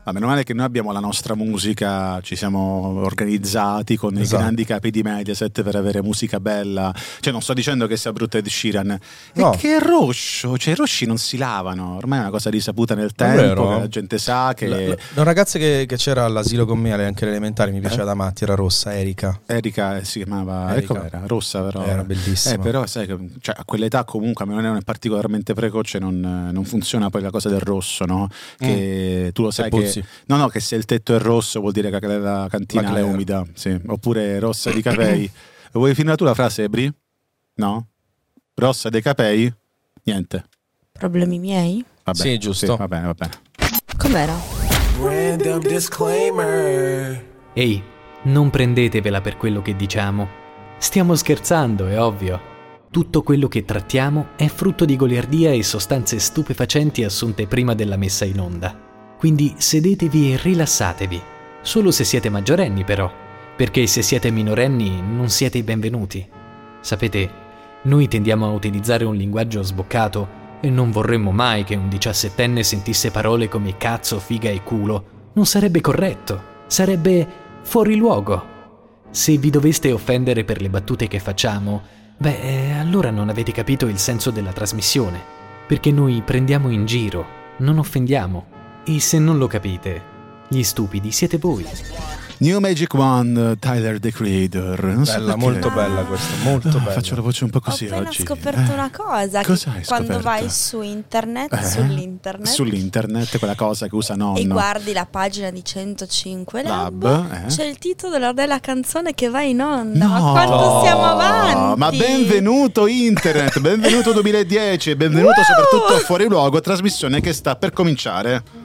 meno male che noi abbiamo la nostra musica, ci siamo organizzati con i grandi capi di Mediaset per avere musica bella. Cioè non sto dicendo che sia brutta Ed Sheeran, No. è che è roscio, cioè i rosci non si lavano, ormai è una cosa risaputa nel tempo, vero? che la gente sa che... Un ragazzo che c'era all'asilo con me anche alle elementari mi piaceva da matti, era rossa, Erika. Erika si chiamava, Erika. era rossa però. Era bellissima. Però sai che cioè, a quell'età comunque a meno non è particolarmente precoce, non funziona poi la cosa del rosso, no? Che tu lo sai che no, che se il tetto è rosso vuol dire che la cantina è umida, sì. Oppure rossa di capelli. Vuoi finire tu la frase, Bri? No? Rossa dei capelli? Niente. Problemi miei? Vabbè, sì, giusto. Sì, va bene. Com'era? Random disclaimer. Ehi, non prendetevela per quello che diciamo. Stiamo scherzando, è ovvio. Tutto quello che trattiamo è frutto di goliardia e sostanze stupefacenti assunte prima della messa in onda. Quindi sedetevi e rilassatevi. Solo se siete maggiorenni però, perché se siete minorenni non siete i benvenuti. Sapete, noi tendiamo a utilizzare un linguaggio sboccato e non vorremmo mai che un 17enne sentisse parole come cazzo, figa e culo. Non sarebbe corretto, sarebbe fuori luogo. Se vi doveste offendere per le battute che facciamo, allora non avete capito il senso della trasmissione, perché noi prendiamo in giro, non offendiamo. E se non lo capite, gli stupidi siete voi. New Magic Wand, Tyler the Creator. Non so bella, perché. molto bella questa, molto bella. Faccio la voce un po' così Ho appena oggi. scoperto una cosa. Cosa hai quando scoperto? vai su internet, sull'internet, quella cosa che usa nonno. e guardi la pagina di 105 Lab, Lab, c'è il titolo della canzone che va in onda. No, ma quanto siamo avanti! Ma benvenuto internet, benvenuto 2010 e benvenuto soprattutto a Fuori Luogo, trasmissione che sta per cominciare.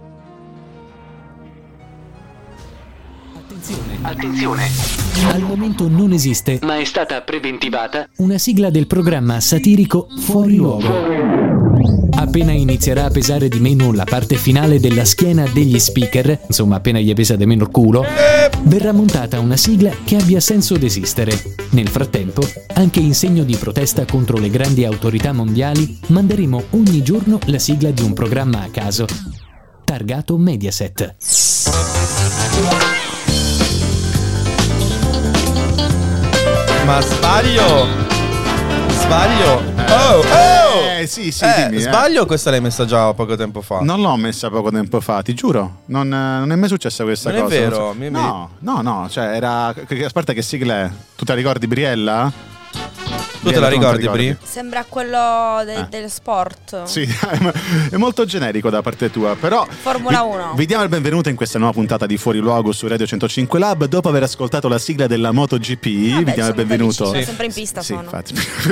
Attenzione! Al momento non esiste, ma è stata preventivata, una sigla del programma satirico Fuori Luogo. Appena inizierà a pesare di meno la parte finale della schiena degli speaker, insomma appena gli pesa di meno il culo, verrà montata una sigla che abbia senso d'esistere. Nel frattempo, anche in segno di protesta contro le grandi autorità mondiali, manderemo ogni giorno la sigla di un programma a caso, targato Mediaset. Ma sbaglio? Oh! Sì, dimmi. Sbaglio, questa l'hai messa già poco tempo fa. Non l'ho messa poco tempo fa, ti giuro. Non è mai successa questa non cosa. È vero. No, cioè era. Aspetta, che sigla è? Tu te la ricordi, Briella? Tu te la ricordi, Bri? Sembra quello dello sport. Sì, è molto generico da parte tua, però Formula 1. Vi diamo il benvenuto in questa nuova puntata di Fuori Luogo su Radio 105 Lab. Dopo aver ascoltato la sigla della MotoGP, vi diamo il benvenuto. Sì. Sempre in pista sono. Infatti.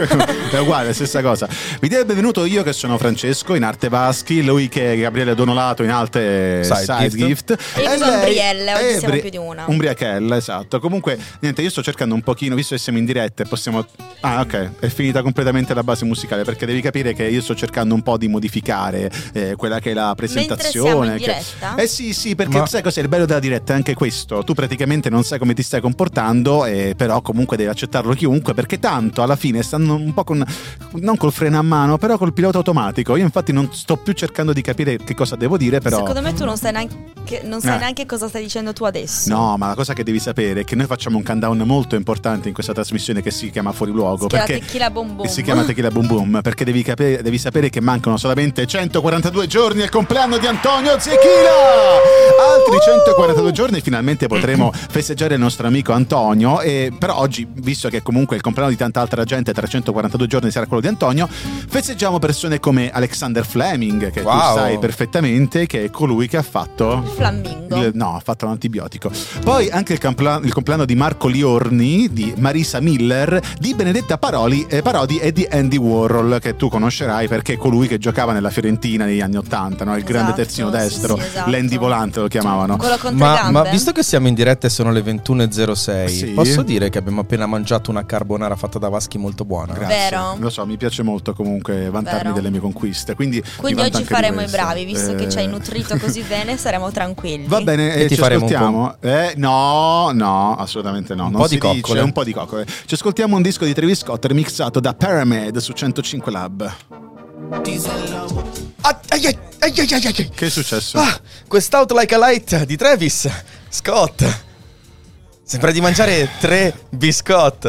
È uguale, stessa cosa. Vi diamo il benvenuto io che sono Francesco in arte Vaschi, lui che è Gabriele Donolato in arte Sidegift. E io sono Brielle, oggi siamo più di una. Umbriachella, esatto. Comunque, niente, io sto cercando un pochino, visto che siamo in diretta, possiamo... Ah, ok. È finita completamente la base musicale, perché devi capire che io sto cercando un po' di modificare quella che è la presentazione. Mentre siamo in diretta? Sì, perché sai cos'è il bello della diretta? È anche questo. Tu praticamente non sai come ti stai comportando, però comunque devi accettarlo chiunque, perché tanto alla fine stanno un po' non col freno a mano, però col pilota automatico. Io infatti non sto più cercando di capire che cosa devo dire, però secondo me tu non sai neanche cosa stai dicendo tu adesso. No, ma la cosa che devi sapere è che noi facciamo un countdown molto importante in questa trasmissione che si chiama Fuori Luogo, perché si chiama Tequila Boom Boom, perché devi sapere che mancano solamente 142 giorni al compleanno di Antonio Zecchila. Altri 142 giorni finalmente potremo festeggiare il nostro amico Antonio, però oggi, visto che comunque il compleanno di tanta altra gente tra 142 giorni sarà quello di Antonio, festeggiamo persone come Alexander Fleming, che tu sai perfettamente che è colui che ha fatto il flammingo. Ha fatto l'antibiotico. Poi anche il compleanno di Marco Liorni, di Marisa Miller, di Benedetta Parodi e di Andy Warhol, che tu conoscerai perché è colui che giocava nella Fiorentina negli anni '80, no? Il grande terzino destro, esatto. l'Andy Volante lo chiamavano. Ma visto che siamo in diretta e sono le 21.06, sì, posso dire che abbiamo appena mangiato una carbonara fatta da Vaschi molto buona. Grazie. Vero. Lo so, mi piace molto comunque vantarmi delle mie conquiste. Quindi oggi faremo i bravi, visto che ci hai nutrito così bene, saremo tranquilli. Va bene, e ti ci faremo ascoltiamo. No, assolutamente no. Un non po' si di coccole. dice, un po' di coccole. Ci ascoltiamo un disco di Travis Scott remixato da Pyramid su 105 Lab. Che è successo? Quest'Out Like a Light di Travis Scott. Sembra di mangiare 3 biscotti.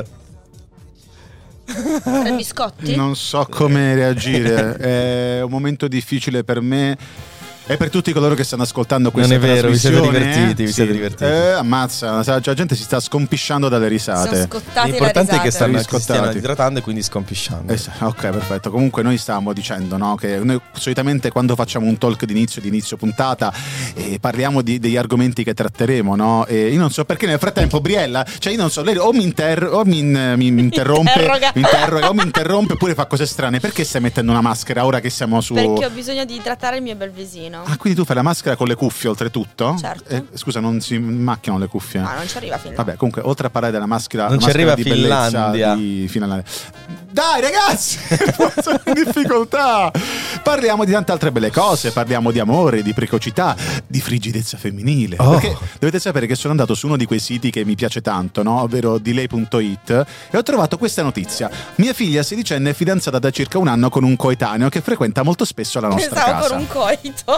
3 biscotti? Non so come reagire. È un momento difficile per me e per tutti coloro che stanno ascoltando questa trasmissione. Non è vero, vi siete divertiti. Ammazza, la gente si sta scompisciando dalle risate. Sono scottati. L'importante è che stiano scottati, idratando e quindi scompisciando. Ok, perfetto. Comunque noi stavamo dicendo, no, che noi solitamente quando facciamo un talk di inizio puntata parliamo degli argomenti che tratteremo, no? E io non so perché nel frattempo Briella, cioè io non so, lei o mi interrompe, o mi interrompe oppure fa cose strane. Perché stai mettendo una maschera ora che siamo su? Perché ho bisogno di idratare il mio bel visino. Ah, quindi tu fai la maschera con le cuffie oltretutto? Certo. Scusa, non si macchiano le cuffie? Ma non ci arriva fin là. Vabbè, comunque, oltre a parlare della maschera, non ci arriva di bellezza di Finlandia. Dai ragazzi, sono in difficoltà. Parliamo di tante altre belle cose, parliamo di amore, di precocità, di frigidezza femminile. Perché dovete sapere che sono andato su uno di quei siti che mi piace tanto, no? Ovvero delay.it, e ho trovato questa notizia. Mia figlia sedicenne è fidanzata da circa un anno con un coetaneo che frequenta molto spesso la nostra casa. Pensavo con un coito.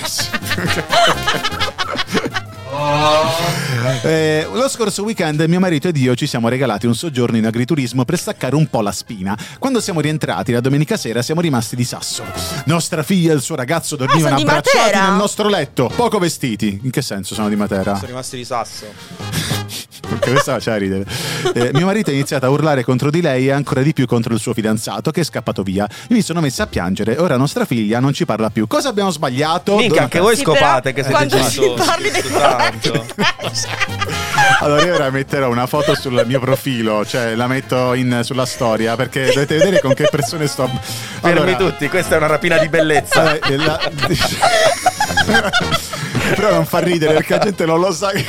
Lo scorso weekend mio marito ed io ci siamo regalati un soggiorno in agriturismo per staccare un po' la spina. Quando siamo rientrati la domenica sera siamo rimasti di sasso. Nostra figlia e il suo ragazzo dormivano abbracciati nel nostro letto, poco vestiti. In che senso sono di Matera? Sono rimasti di sasso. Perché questa c'è a ridere. Mio marito ha iniziato a urlare contro di lei e ancora di più contro il suo fidanzato, che è scappato via. Io mi sono messa a piangere e ora nostra figlia non ci parla più. Cosa abbiamo sbagliato? Minchia, anche voi scopate che siete genitori. Parli di Allora io ora metterò una foto sul mio profilo, cioè la metto sulla storia, perché dovete vedere con che persone sto. Fermi tutti, questa è una rapina di bellezza. Però non fa ridere perché la gente non lo sa che...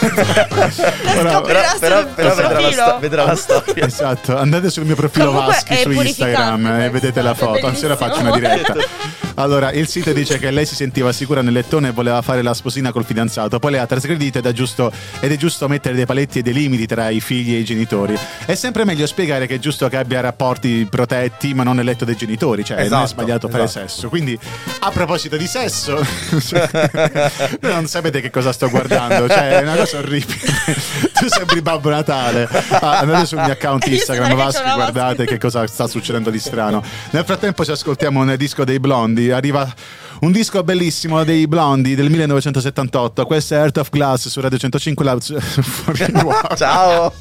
però vedrà la storia. Esatto, andate sul mio profilo Vaschi su Instagram e vedete la foto, anzi ora faccio una diretta. Allora, il sito dice che lei si sentiva sicura nel lettone e voleva fare la sposina col fidanzato, poi le ha trasgredito ed è giusto mettere dei paletti e dei limiti tra i figli e i genitori. È sempre meglio spiegare che è giusto che abbia rapporti protetti ma non nel letto dei genitori, cioè non è sbagliato fare sesso. Quindi, a proposito di sesso, non sapete che cosa sto guardando, cioè è una cosa orribile. Tu sembri Babbo Natale. Andate sul mio account Instagram Vaschi, guardate che cosa sta succedendo di strano. Nel frattempo ci ascoltiamo un disco dei Blondi. Arriva un disco bellissimo dei Blondi del 1978. Questo è Heart of Glass su Radio 105. Ciao.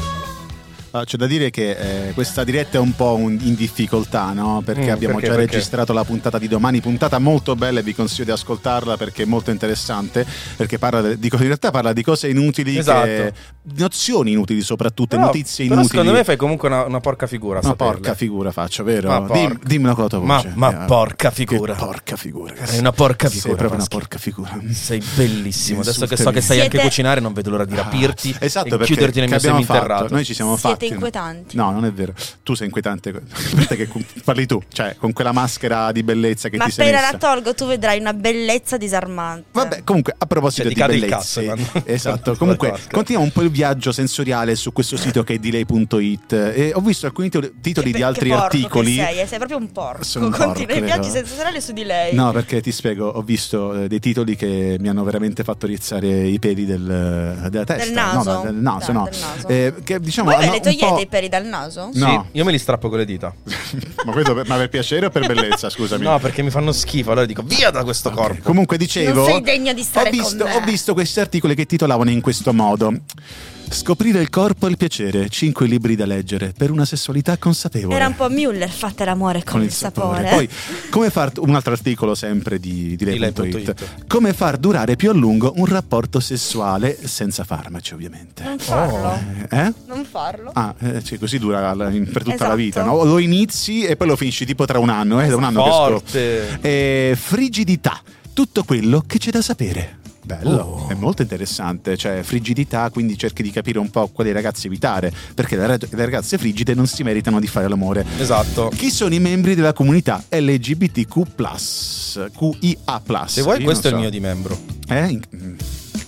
C'è da dire che questa diretta è un po' in difficoltà, no? Perché abbiamo già registrato la puntata di domani, puntata molto bella e vi consiglio di ascoltarla perché è molto interessante, perché in realtà parla di cose inutili, nozioni inutili soprattutto, notizie inutili. Però secondo me fai comunque una porca figura. Una porca figura faccio, vero? Dimmelo con la tua voce. Ma porca figura. Che porca figura. È una porca figura. Sei proprio una porca figura. Sei bellissimo. Adesso che so che sai anche cucinare non vedo l'ora di rapirti e chiuderti nel mio seminterrato. Noi ci siamo fatti. Siete inquietanti. No, non è vero. Tu sei inquietante. Perché parli tu, cioè con quella maschera di bellezza che ti sei messa. Ma appena la tolgo tu vedrai una bellezza disarmante. Vabbè, comunque a proposito di bellezze, esatto. Comunque continuiamo un po' il viaggio sensoriale su questo sito che è delay.it e ho visto alcuni titoli di altri articoli. Sei proprio un porco. Continua i viaggi sensoriali su di lei. No, perché ti spiego, ho visto dei titoli che mi hanno veramente fatto rizzare i peli della testa. Del naso? No, del naso, no. Del naso. Che diciamo voi le togliete i peli dal naso? No. Sì, io me li strappo con le dita. ma per piacere o per bellezza, scusami? No, perché mi fanno schifo, allora dico via da questo corpo. Comunque dicevo, non sei degno di stare con me. Ho visto questi articoli che titolavano in questo modo: scoprire il corpo e il piacere, 5 libri da leggere per una sessualità consapevole. Era un po' Müller, fate l'amore con il sapore. Poi, come far un altro articolo sempre di Lei.it. Come far durare più a lungo un rapporto sessuale senza farmaci, ovviamente. Non farlo. Non farlo. Cioè, così dura per tutta la vita, no? Lo inizi e poi lo finisci tipo tra un anno, da un anno forte. che frigidità, tutto quello che c'è da sapere. Bello, è molto interessante, cioè frigidità, quindi cerchi di capire un po' quali ragazze evitare, perché le ragazze frigide non si meritano di fare l'amore. Esatto. Chi sono i membri della comunità LGBTQ+, QIA+. Se vuoi questo è il mio di membro. È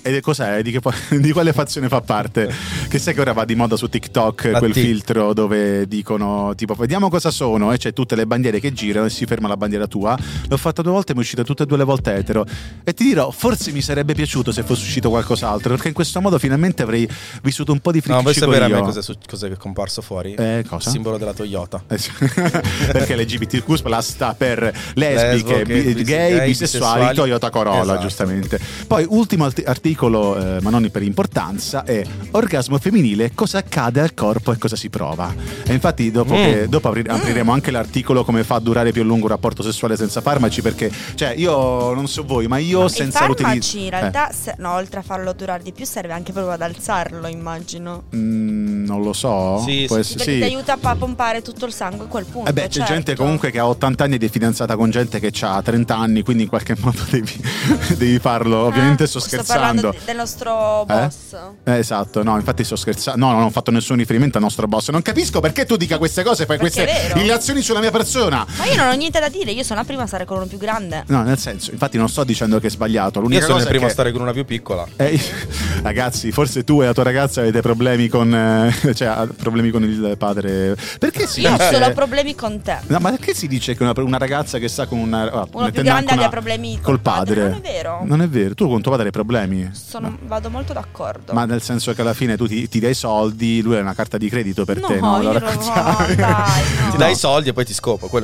E cos'è? Di quale fazione fa parte? Che sai che ora va di moda su TikTok quel filtro dove dicono tipo vediamo cosa sono, e c'è tutte le bandiere che girano e si ferma la bandiera tua. L'ho fatto 2 volte e mi è uscita tutte e 2 le volte etero, e ti dirò, forse mi sarebbe piaciuto se fosse uscito qualcos'altro, perché in questo modo finalmente avrei vissuto un po' di friccicorio. No, vuoi sapere a me cosa è comparso fuori? Cosa? Il simbolo della Toyota. Perché l'LGBTQ la sta per lesbiche, gay, bisessuali, Toyota Corolla, esatto. Giustamente. Poi ultimo articolo, ma non per importanza, è orgasmo femminile, cosa accade al corpo e cosa si prova. E infatti dopo apriremo anche l'articolo come fa a durare più a lungo un rapporto sessuale senza farmaci, perché cioè io non so voi, ma io senza l'utilizzo in realtà oltre a farlo durare di più serve anche proprio ad alzarlo, immagino. Non lo so. Perché ti aiuta a pompare tutto il sangue a quel punto. C'è gente comunque che ha 80 anni ed è fidanzata con gente che ha 30 anni, quindi in qualche modo devi farlo. Ovviamente sto scherzando. Del nostro boss. Esatto, no, infatti sto scherzando. No, non ho fatto nessun riferimento al nostro boss. Non capisco perché tu dica queste cose, fai queste illazioni sulla mia persona. Ma io non ho niente da dire, io sono la prima a stare con uno più grande. No, nel senso, infatti non sto dicendo che è sbagliato. L'unica io sono cosa il primo a stare con una più piccola. Ragazzi, forse tu e la tua ragazza avete problemi con problemi con il padre. Perché io ho solo problemi con te. No, ma perché si dice che una ragazza che sta con uno più grande abbia problemi col padre? Non è vero. Non è vero. Tu con tuo padre hai problemi? Vado molto d'accordo. Ma nel senso che alla fine tu ti dai soldi, lui è una carta di credito per te, no? Io ti dai i soldi e poi ti scopa. Quello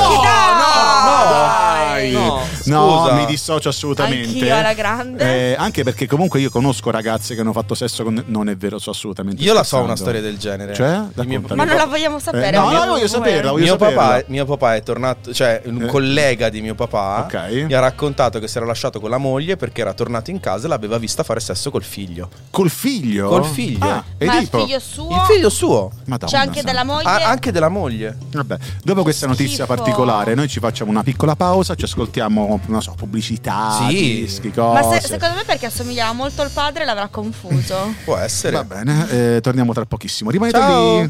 No, mi dissocio assolutamente. Anch'io alla grande. Anche perché comunque io conosco ragazze che hanno fatto sesso con. Non è vero, so assolutamente. Io la so una storia del genere. Cioè? Ma non la vogliamo sapere. No, voglio saperla. Mio papà è tornato, cioè un collega di mio papà mi ha raccontato che si era lasciato con la moglie perché era tornato in casa e l'aveva vista fare sesso col figlio. Col figlio? Col figlio. Ma il figlio suo? Il figlio suo. Madonna, c'è anche della moglie? Anche della moglie. Vabbè, dopo questa notizia particolare noi ci facciamo una piccola pausa, ci ascoltiamo, non so, pubblicità, dischi, cose. Ma secondo me perché assomigliava molto al padre l'avrà confuso. Può essere. Va bene, torniamo tra pochissimo. Rimanete lì.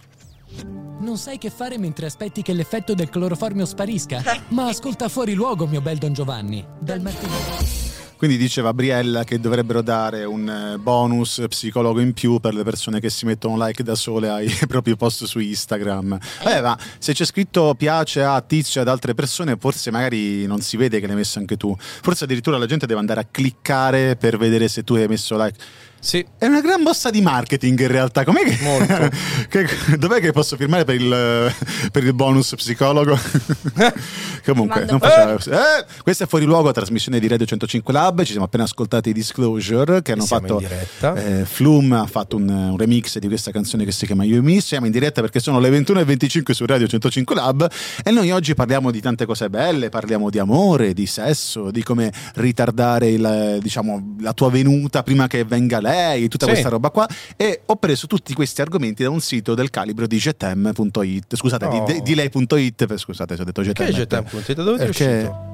Non sai che fare mentre aspetti che l'effetto del cloroformio sparisca? Ma ascolta Fuori Luogo, mio bel Don Giovanni. Dal martedì. Quindi diceva Briella che dovrebbero dare un bonus psicologo in più per le persone che si mettono like da sole ai propri post su Instagram. Ma se c'è scritto piace a Tizio e ad altre persone, forse magari non si vede che l'hai messo anche tu. Forse addirittura la gente deve andare a cliccare per vedere se tu hai messo like. Sì. È una gran mossa di marketing in realtà. Com'è che molto. Dov'è che posso firmare per il bonus psicologo? Comunque non questo è Fuori Luogo, trasmissione di Radio 105 Lab. Ci siamo appena ascoltati i Disclosure che hanno fatto in diretta. Flume ha fatto un remix di questa canzone che si chiama You Miss. Siamo in diretta perché sono le 21:25 su Radio 105 Lab e noi oggi parliamo di tante cose belle, parliamo di amore, di sesso, di come ritardare la tua venuta prima che venga lei, tutta questa roba qua, e ho preso tutti questi argomenti da un sito del calibro di jetem.it, scusate, di lei.it, scusate se ho detto jetem. Che è jetem.it? Dove è uscito?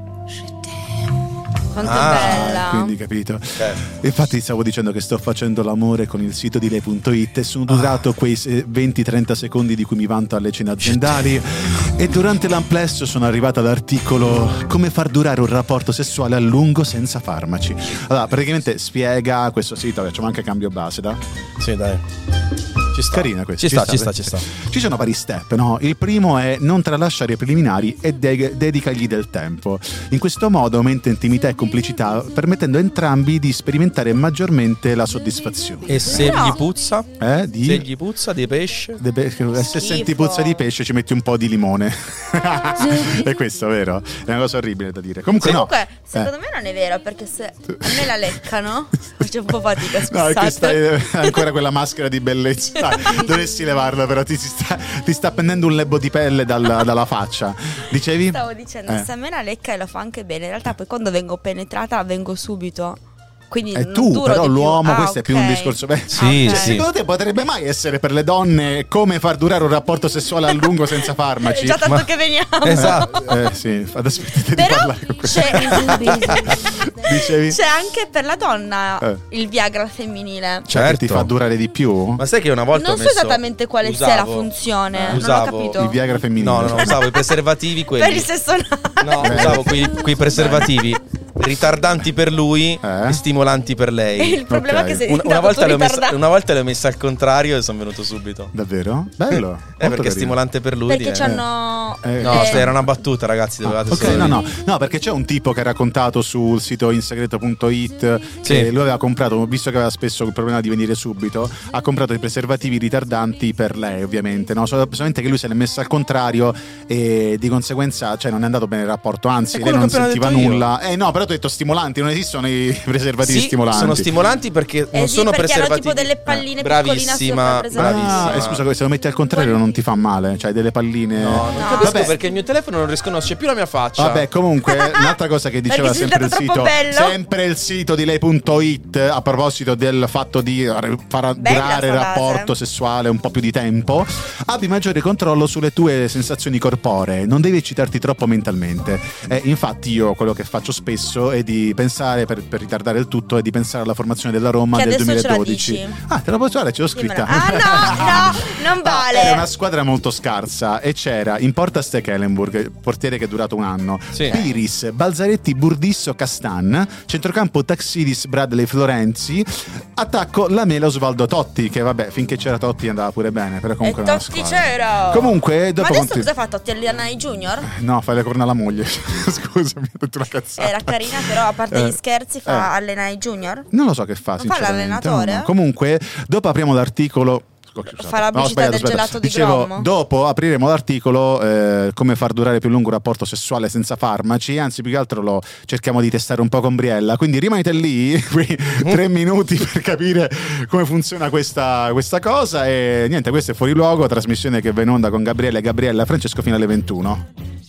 Quanto bella. Quindi capito. Infatti stavo dicendo che sto facendo l'amore con il sito di lei.it e sono durato quei 20-30 secondi di cui mi vanto alle cene aziendali e durante l'amplesso sono arrivato all'articolo come far durare un rapporto sessuale a lungo senza farmaci. Allora praticamente spiega questo sito, facciamo anche cambio base, da? Sì, dai. Ci sta. Carina questa. Ci sta. Ci sono vari step, no? Il primo è non tralasciare i preliminari e dedicagli del tempo. In questo modo aumenta intimità e complicità, permettendo a entrambi di sperimentare maggiormente la soddisfazione. E se gli puzza? Se gli puzza di pesce? Se senti puzza di pesce ci metti un po' di limone. È questo, vero? È una cosa orribile da dire. Comunque secondo me non è vero, perché se a me la leccano faccio un po' fatica, scusate. No, è che stai ancora quella maschera di bellezza. Dovresti levarla, però ti sta pendendo un lebbo di pelle dalla faccia. Dicevi? Stavo dicendo, se a me la lecca e lo fa anche bene, in realtà poi quando vengo penetrata vengo subito. Quindi tu, però l'uomo, questo è più un discorso. Secondo te potrebbe mai essere per le donne come far durare un rapporto sessuale a lungo senza farmaci? Già tanto che veniamo. Esatto. Sì, aspettate di parlare con questo. Dicevi? C'è anche per la donna il Viagra femminile. Certo. Ti fa durare di più? Ma sai che una volta non so esattamente quale sia la funzione. Non ho capito. Il Viagra femminile. No, usavo i preservativi quelli. Per il sesso No, usavo quei preservativi ritardanti per lui e stimolanti per lei. Il problema è che sei una volta le ho messe al contrario e sono venuto subito. Davvero? Bello. Perché è stimolante per lui. Perché c'hanno no, era una battuta, ragazzi, no, perché c'è un tipo che ha raccontato sul sito insegreto.it che lui aveva comprato, visto che aveva spesso il problema di venire subito, ha comprato i preservativi ritardanti per lei, ovviamente, no? Solamente che lui se l'è messo al contrario e di conseguenza, cioè, non è andato bene il rapporto, anzi lei non sentiva nulla. No, però tu hai detto stimolanti, non esistono i preservativi stimolanti. Sono stimolanti perché non sono perché preservativi. Hanno tipo delle palline bravissima. Scusa, se lo metti al contrario non ti fa male, cioè delle palline. No, non capisco perché il mio telefono non riconosce più la mia faccia. Vabbè, comunque un'altra cosa che diceva sempre il sito di lei.it a proposito del fatto di far durare il rapporto sessuale un po' più di tempo: abbi maggiore controllo sulle tue sensazioni corporee, non devi eccitarti troppo mentalmente. Infatti io quello che faccio spesso è di pensare, per ritardare il tutto, è di pensare alla formazione della Roma che del 2012. Te la posso fare? Ce l'ho scritta. No, non vale. Era una squadra molto scarsa e c'era in porta Stekelenburg, portiere che è durato un anno, Piris, Balzaretti, Burdisso, Castan, centrocampo Taxidis, Bradley, Florenzi, attacco Lamela, Osvaldo, Totti, che vabbè, finché c'era Totti andava pure bene, però comunque Totti c'era. Comunque dopo ma adesso cosa fa Totti? Allenare i junior? No, fa le corna alla moglie. Scusami, ho detto una cazzata. Era carina, però a parte gli scherzi fa allenare i junior? Non lo so che fa, non fa l'allenatore? No. Comunque dopo apriamo l'articolo. Fa la pubblicità del gelato di Grom. Dopo apriremo l'articolo come far durare più lungo un rapporto sessuale senza farmaci, anzi più che altro lo cerchiamo di testare un po' con Briella, quindi rimanete lì 3 minuti per capire come funziona questa cosa. E niente, questo è Fuori Luogo, trasmissione che va in onda con Gabriele, Gabriella, Francesco fino alle 21.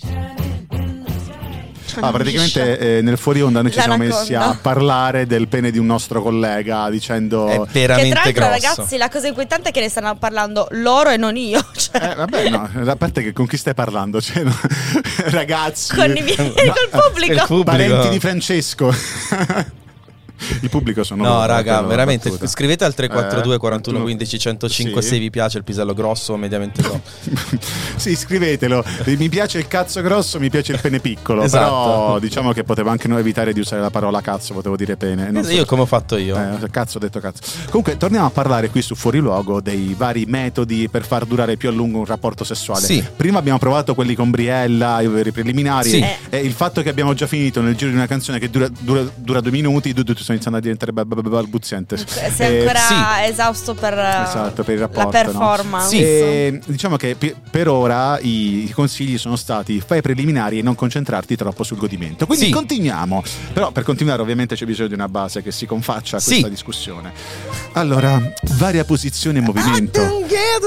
Praticamente nel fuori onda noi ci siamo messi a parlare del pene di un nostro collega, dicendo è veramente che tra l'altro, grosso. ragazzi, la cosa inquietante è che ne stanno parlando loro e non io, cioè. Vabbè, no, a parte che con chi stai parlando? Cioè, no, ragazzi, con i miei, col pubblico. Parenti di Francesco. Il pubblico sono no, raga, veramente scrivete al 342 41 15 105 se vi piace il pisello grosso o mediamente no. Sì, scrivetelo. Mi piace il cazzo grosso, mi piace il pene piccolo. Esatto. Però diciamo che potevo anche evitare di usare la parola cazzo, potevo dire pene. Io come ho fatto io. Cazzo, ho detto cazzo. Comunque torniamo a parlare qui su Fuori Luogo dei vari metodi per far durare più a lungo un rapporto sessuale. Prima abbiamo provato quelli con Briella, i preliminari, e il fatto che abbiamo già finito nel giro di una canzone che dura 2 minuti, sto iniziando a diventare balbuziente. Sei ancora esausto per il rapporto, la performance. No? E diciamo che per ora i consigli sono stati: fai preliminari e non concentrarti troppo sul godimento. Quindi continuiamo. Però per continuare ovviamente c'è bisogno di una base che si confaccia a questa discussione. Allora, varia posizione e movimento.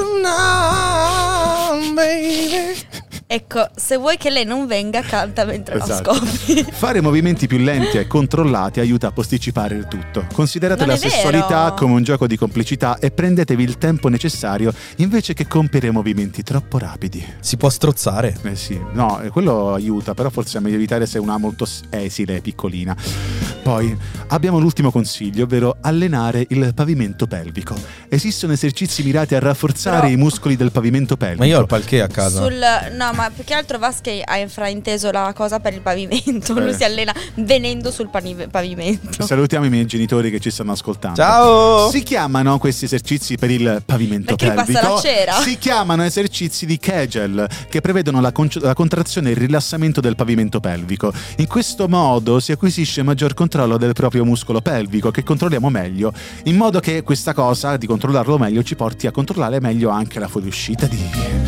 Ecco, se vuoi che lei non venga, canta mentre la scopri. Fare movimenti più lenti e controllati aiuta a posticipare il tutto. Considerate la sessualità come un gioco di complicità e prendetevi il tempo necessario invece che compiere movimenti troppo rapidi. Si può strozzare? Sì, no, quello aiuta, però forse è meglio evitare se una molto esile, piccolina. Poi abbiamo l'ultimo consiglio, ovvero allenare il pavimento pelvico. Esistono esercizi mirati a rafforzare i muscoli del pavimento pelvico. Ma io ho il palché a casa. No, ma più che altro Vaschi ha infrainteso la cosa per il pavimento. Lui si allena venendo sul pavimento. Salutiamo i miei genitori che ci stanno ascoltando. Ciao! Si chiamano questi esercizi per il pavimento pelvico. Passa la cera. Si chiamano esercizi di Kegel, che prevedono la contrazione e il rilassamento del pavimento pelvico. In questo modo si acquisisce maggior controllo del proprio muscolo pelvico, che controlliamo meglio, in modo che questa cosa di controllarlo meglio ci porti a controllare meglio anche la fuoriuscita di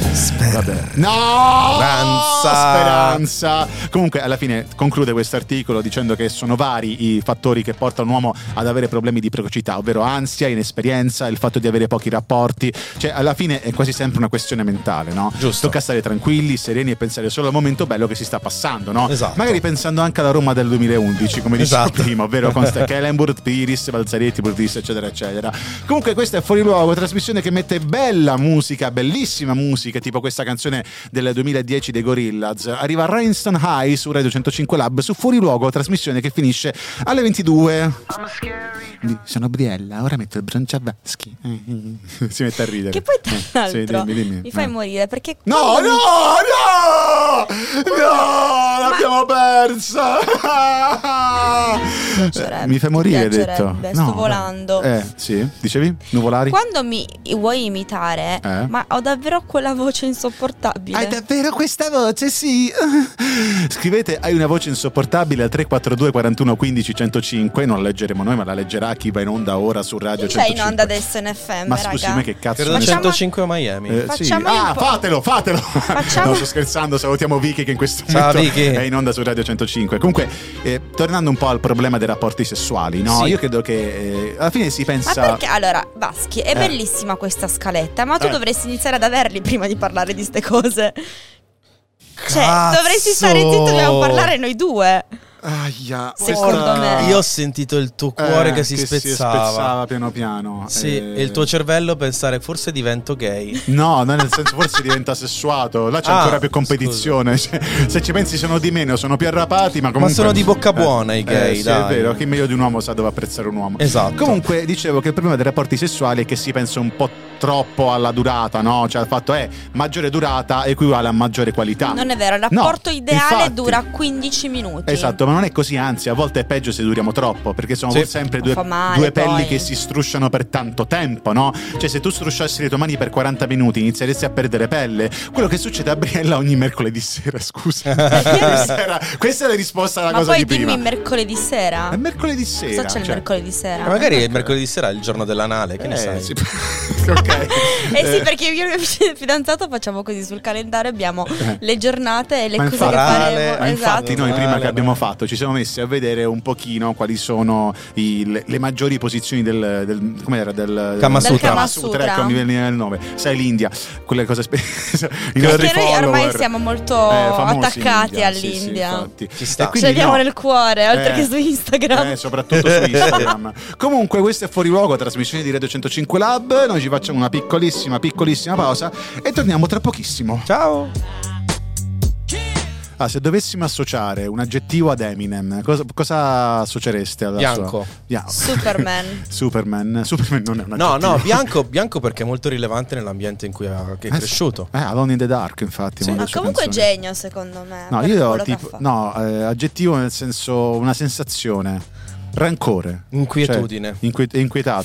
Speranza. Comunque alla fine conclude questo articolo dicendo che sono vari i fattori che portano l'uomo ad avere problemi di precocità, ovvero ansia, inesperienza, il fatto di avere pochi rapporti. Cioè alla fine è quasi sempre una questione mentale, no? Giusto. Tocca stare tranquilli, sereni e pensare solo al momento bello che si sta passando, no? Esatto. Magari pensando anche alla Roma del 2011, come diceva primo, ovvero con Kellenburg, Piris, Balzaretti, Burtis, eccetera eccetera. Comunque questa è Fuori Luogo, trasmissione che mette bella musica, bellissima musica, tipo questa canzone del 2010 dei Gorillaz. Arriva Rhinestone High su Radio 105 Lab, su Fuori Luogo, trasmissione che finisce alle 22. Sono Briella, ora metto il Bronciavaschi. Si mette a ridere. Che poi tra l'altro dimmi. mi fai morire perché No, l'abbiamo persa. Mi fai morire, hai detto. Sto volando. Sì, dicevi? Nuvolari? Quando mi vuoi imitare, ma ho davvero quella voce insopportabile. Hai davvero questa voce, sì. Scrivete hai una voce insopportabile al 342 41 15 105. Non la leggeremo noi, ma la leggerà chi va in onda ora su Radio 105. C'è in onda adesso in FM, ma scusi, me che cazzo? Credo 105 a Miami. Sì. Fatelo. No, sto scherzando, salutiamo Vicky che in questo momento è in onda su Radio 105. Comunque, tornando un po' al problema dei rapporti sessuali, no? Sì. Io credo che alla fine si pensa... Ma perché, allora, Vaschi, è bellissima questa scaletta, ma tu dovresti iniziare ad averli prima di parlare di ste cose. Cioè, dovresti stare zitto, dobbiamo parlare noi due. Secondo me io ho sentito il tuo cuore che si spezzava piano piano. Sì, e il tuo cervello pensare forse divento gay. No, nel senso forse diventa sessuato. Là c'è ancora più competizione. Se ci pensi sono di meno, sono più arrapati, ma comunque sono di bocca buona i gay, dai. È vero, che meglio di un uomo sa dove apprezzare un uomo. Esatto. Comunque dicevo che il problema dei rapporti sessuali è che si pensa un po' troppo alla durata, no? Cioè il fatto è maggiore durata equivale a maggiore qualità. Non è vero, il rapporto ideale dura 15 minuti. Esatto, ma non è così, anzi a volte è peggio se duriamo troppo, perché sono sempre due pelli che si strusciano per tanto tempo, no? Cioè se tu strusciassi le tue mani per 40 minuti inizieresti a perdere pelle. Quello che succede a Briella ogni mercoledì sera, scusa. Questa è la risposta alla cosa di prima. Ma poi dimmi mercoledì sera. È mercoledì sera. Cosa c'è il mercoledì sera? Magari il mercoledì sera è il giorno dell'anale, che ne sai? Sì. Ok. Sì, perché io e il mio fidanzato facciamo così sul calendario, abbiamo le giornate e le cose che faremo. Ma infatti noi prima che abbiamo fatto ci siamo messi a vedere un pochino quali sono le maggiori posizioni del com'era del Kama Sutra, ecco, a livello 9. Sai l'India, quelle cose perché noi ormai siamo molto attaccati all'India. Sì, ce l'abbiamo nel cuore, oltre che su Instagram. Soprattutto su Instagram. Comunque questo è Fuori Luogo, trasmissione di Radio 105 Lab. Noi ci facciamo una piccolissima pausa e torniamo tra pochissimo. Ciao. Se dovessimo associare un aggettivo ad Eminem, cosa associereste alla bianco. Superman. Superman non è un aggettivo. No, bianco perché è molto rilevante nell'ambiente in cui è cresciuto. Alone in the Dark, infatti. Sì. Ma comunque è genio, secondo me. No, io tipo aggettivo nel senso una sensazione. Rancore, inquietudine, inquietato,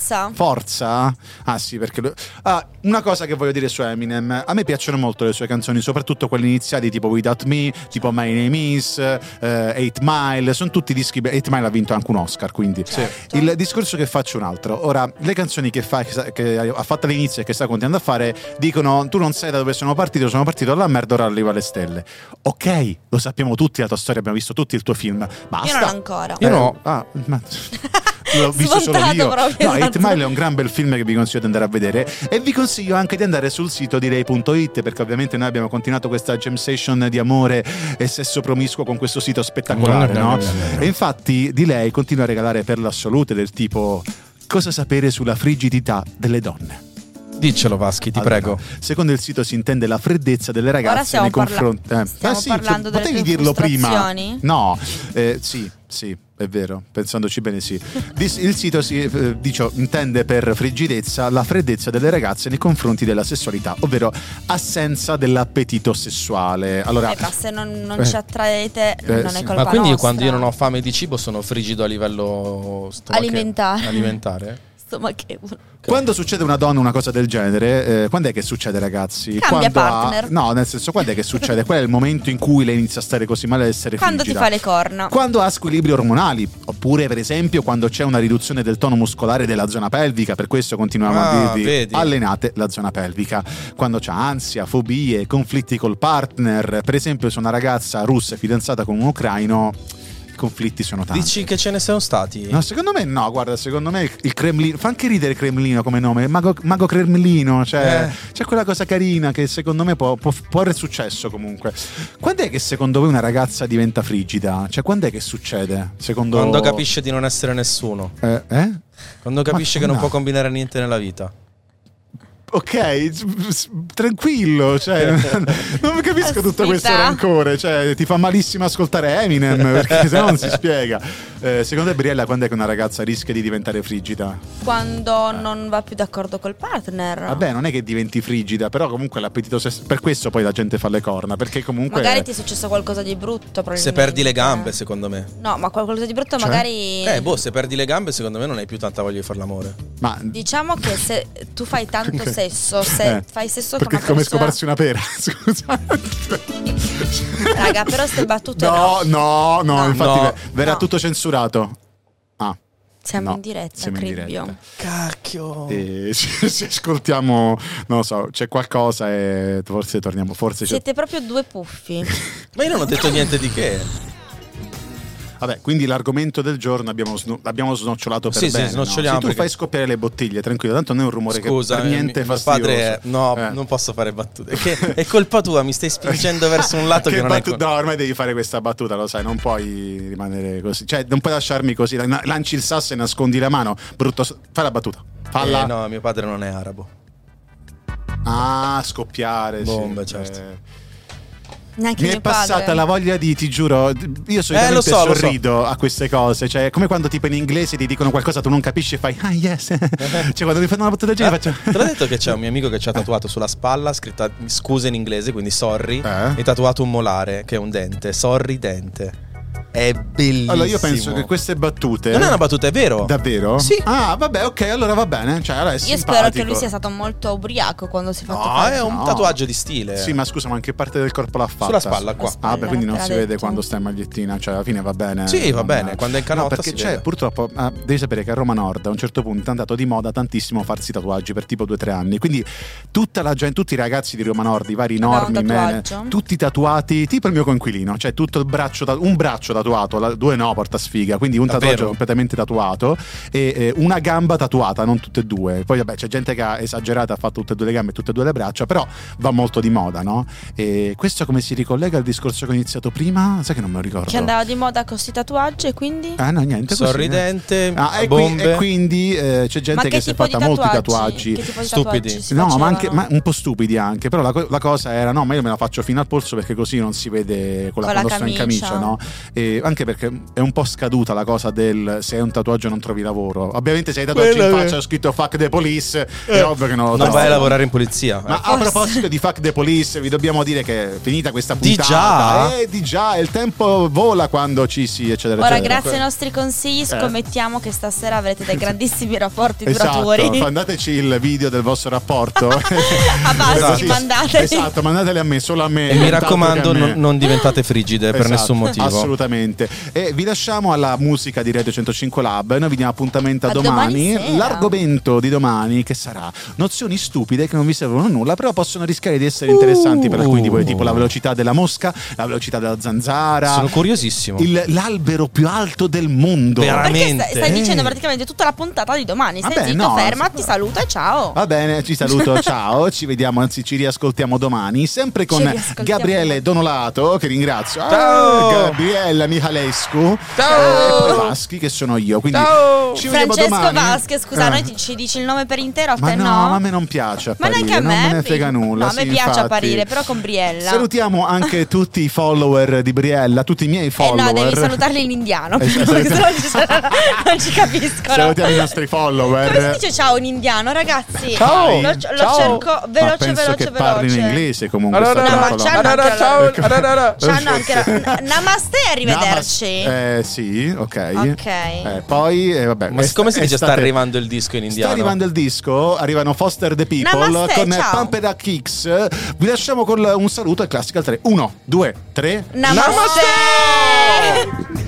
forza. Sì, perché una cosa che voglio dire su Eminem, a me piacciono molto le sue canzoni, soprattutto quelle iniziali tipo Without Me, tipo My Name Is, 8 Mile, sono tutti dischi. 8 Mile ha vinto anche un Oscar, quindi il discorso che faccio un altro. Ora, le canzoni che ha fatto all'inizio e che sta continuando a fare dicono tu non sai da dove sono partito alla merda, ora arrivo alle stelle. Ok, lo sappiamo tutti la tua storia, abbiamo visto tutti il tuo film, basta. Io non ancora. Io no. L'ho visto solo io. Proprio, 8 Mile è un gran bel film che vi consiglio di andare a vedere, e vi consiglio anche di andare sul sito di Ray.it, perché ovviamente noi abbiamo continuato questa jam session di amore e sesso promiscuo con questo sito spettacolare, no? E infatti di lei continua a regalare perle assolute del tipo cosa sapere sulla frigidità delle donne. Diccelo Vaschi, ti prego. Secondo il sito si intende la freddezza delle ragazze nei confronti. Stiamo parlando delle potevi dirlo prima. No, sì, è vero, pensandoci bene sì. Il sito intende per frigidezza la freddezza delle ragazze nei confronti della sessualità, ovvero assenza dell'appetito sessuale. Allora, se non ci attraete non è colpa ma quindi nostra. Quando io non ho fame di cibo sono frigido a livello alimentare? Quando succede una donna una cosa del genere, quando è che succede, ragazzi? Cambia partner. No, nel senso, quando è che succede? Qual è il momento in cui lei inizia a stare così male, ad essere quando frigida? Ti fa le corna. Quando ha squilibri ormonali, oppure per esempio quando c'è una riduzione del tono muscolare della zona pelvica. Per questo continuiamo a dirvi allenate la zona pelvica. Quando c'ha ansia, fobie, conflitti col partner. Per esempio se una ragazza russa è fidanzata con un ucraino, conflitti sono tanti. Dici che ce ne sono stati? No, secondo me no, guarda, secondo me il Cremlino, fa anche ridere Cremlino come nome, Mago Cremlino, cioè c'è quella cosa carina che secondo me può avere successo comunque. Quando è che secondo voi una ragazza diventa frigida? Cioè quando è che succede? Quando capisce di non essere nessuno. Quando capisce che non può combinare niente nella vita. Ok, tranquillo, cioè, non capisco tutto questo rancore, cioè ti fa malissimo ascoltare Eminem perché sennò non si spiega. Secondo te, Briella, quando è che una ragazza rischia di diventare frigida? Quando non va più d'accordo col partner. Vabbè, non è che diventi frigida, però comunque l'appetito per questo poi la gente fa le corna, perché comunque magari ti è successo qualcosa di brutto, probabilmente. Se perdi le gambe, secondo me. No, ma qualcosa di brutto magari se perdi le gambe, secondo me non hai più tanta voglia di fare l'amore. Ma diciamo che se tu fai tanto sesso, se fai sesso con una perché è come persona... scoparsi una pera, scusa. Raga, però ste battute no, infatti verrà tutto censurato. Siamo in diretta, Cribbio. Cacchio. Se ascoltiamo, non lo so, c'è qualcosa e forse torniamo. Siete proprio due puffi. Ma io non ho detto niente di che. Vabbè, quindi l'argomento del giorno l'abbiamo snocciolato per bene. Sì, snoccioliamo. Se tu fai scoppiare le bottiglie, tranquillo, tanto non è un rumore che per niente mio fastidioso. padre, non posso fare battute. È colpa tua, mi stai spingendo verso un lato che non è No, ormai devi fare questa battuta, lo sai, non puoi rimanere così. Cioè, non puoi lasciarmi così, lanci il sasso e nascondi la mano. Brutto, fai la battuta. Falla. No, mio padre non è arabo. Scoppiare. Bombe, certo. Neanche mi è passata la voglia ti giuro, io solitamente sorrido a queste cose, cioè come quando tipo in inglese ti dicono qualcosa tu non capisci e fai yes. Cioè quando mi fanno una battuta del genere faccio te l'ho detto che c'è un mio amico che ci ha tatuato sulla spalla scritta scusa in inglese, quindi sorry, e tatuato un molare che è un dente, sorry dente. È bellissimo. Allora io penso che queste battute non è una battuta, è vero? Davvero? Sì. Vabbè, ok, allora va bene, cioè, allora è io spero che lui sia stato molto ubriaco quando si è fatto fare. È un tatuaggio di stile. Sì, ma scusa, ma anche parte del corpo l'ha fatta? Sulla spalla qua. Vabbè, quindi non si vede quando stai in magliettina, cioè alla fine va bene. Sì, va bene, quando è in canotta perché si vede. purtroppo devi sapere che a Roma Nord a un certo punto è andato di moda tantissimo farsi tatuaggi per tipo 2 o 3 anni. Quindi tutta la gente, tutti i ragazzi di Roma Nord, i vari normi, tutti tatuati, tipo il mio coinquilino, cioè tutto il braccio un braccio tatuato, 2 no, porta sfiga, quindi un tatuaggio completamente tatuato e una gamba tatuata, non tutte e due. Poi vabbè, c'è gente che ha esagerato, ha fatto tutte e 2 le gambe e tutte e 2 le braccia, però va molto di moda, no? E questo come si ricollega al discorso che ho iniziato prima? Sai che non me lo ricordo. Che andava di moda con questi tatuaggi e quindi? No, niente, sorridente, bombe. E quindi c'è gente che si è fatta molti tatuaggi stupidi. No, ma anche un po' stupidi anche, però la cosa era no, ma io me la faccio fino al polso perché così non si vede quando sto in camicia, no? E anche perché è un po' scaduta la cosa del se hai un tatuaggio non trovi lavoro. Ovviamente se hai tatuaggi in faccia scritto fuck the police è ovvio che non vai a lavorare in polizia. Ma a proposito di fuck the police vi dobbiamo dire che è finita questa puntata. Di già il tempo vola quando ci si eccetera. Ora grazie ai nostri consigli scommettiamo che stasera avrete dei grandissimi rapporti duraturi. Esatto, mandateci il video del vostro rapporto. A base mandateli. Esatto, mandateli a me, solo a me. E mi raccomando non diventate frigide per nessun motivo. Assolutamente. E vi lasciamo alla musica di Radio 105 Lab. Noi vi diamo appuntamento a domani. L'argomento di domani che sarà nozioni stupide che non vi servono a nulla, però possono rischiare di essere interessanti per alcuni di voi, tipo la velocità della mosca, la velocità della zanzara. Sono curiosissimo. L'albero più alto del mondo. Veramente. Perché stai dicendo praticamente tutta la puntata di domani. Stai zitto, ferma, ti saluto e ciao. Va bene, ci saluto, ciao. Ci vediamo, anzi ci riascoltiamo domani, sempre con Gabriele Donolato, che ringrazio. Ciao. Gabriella Michalescu. Ciao. E poi Vaschi, che sono io. Quindi ci vediamo Francesco domani. Vaschi, scusa, noi ci dici il nome per intero, a te no? Ma a me non piace apparire. Ma neanche a me. Non me ne frega nulla. No, a me piace apparire, però con Briella. Salutiamo anche tutti i follower di Briella, tutti i miei follower. No, devi salutarli in indiano, perché non ci capiscono. Salutiamo i nostri follower. Come si dice ciao in indiano, ragazzi? Ciao. Lo cerco veloce. Parli in inglese comunque. No, ma c'hanno anche namaste e arrivederci. Sì, ok. Poi vabbè. Ma come si dice sta arrivando il disco in indiano? Sta arrivando il disco, arrivano Foster the People con Pump It Up Kicks. Vi lasciamo con un saluto al Classical 3. 1, 2, 3. Namaste.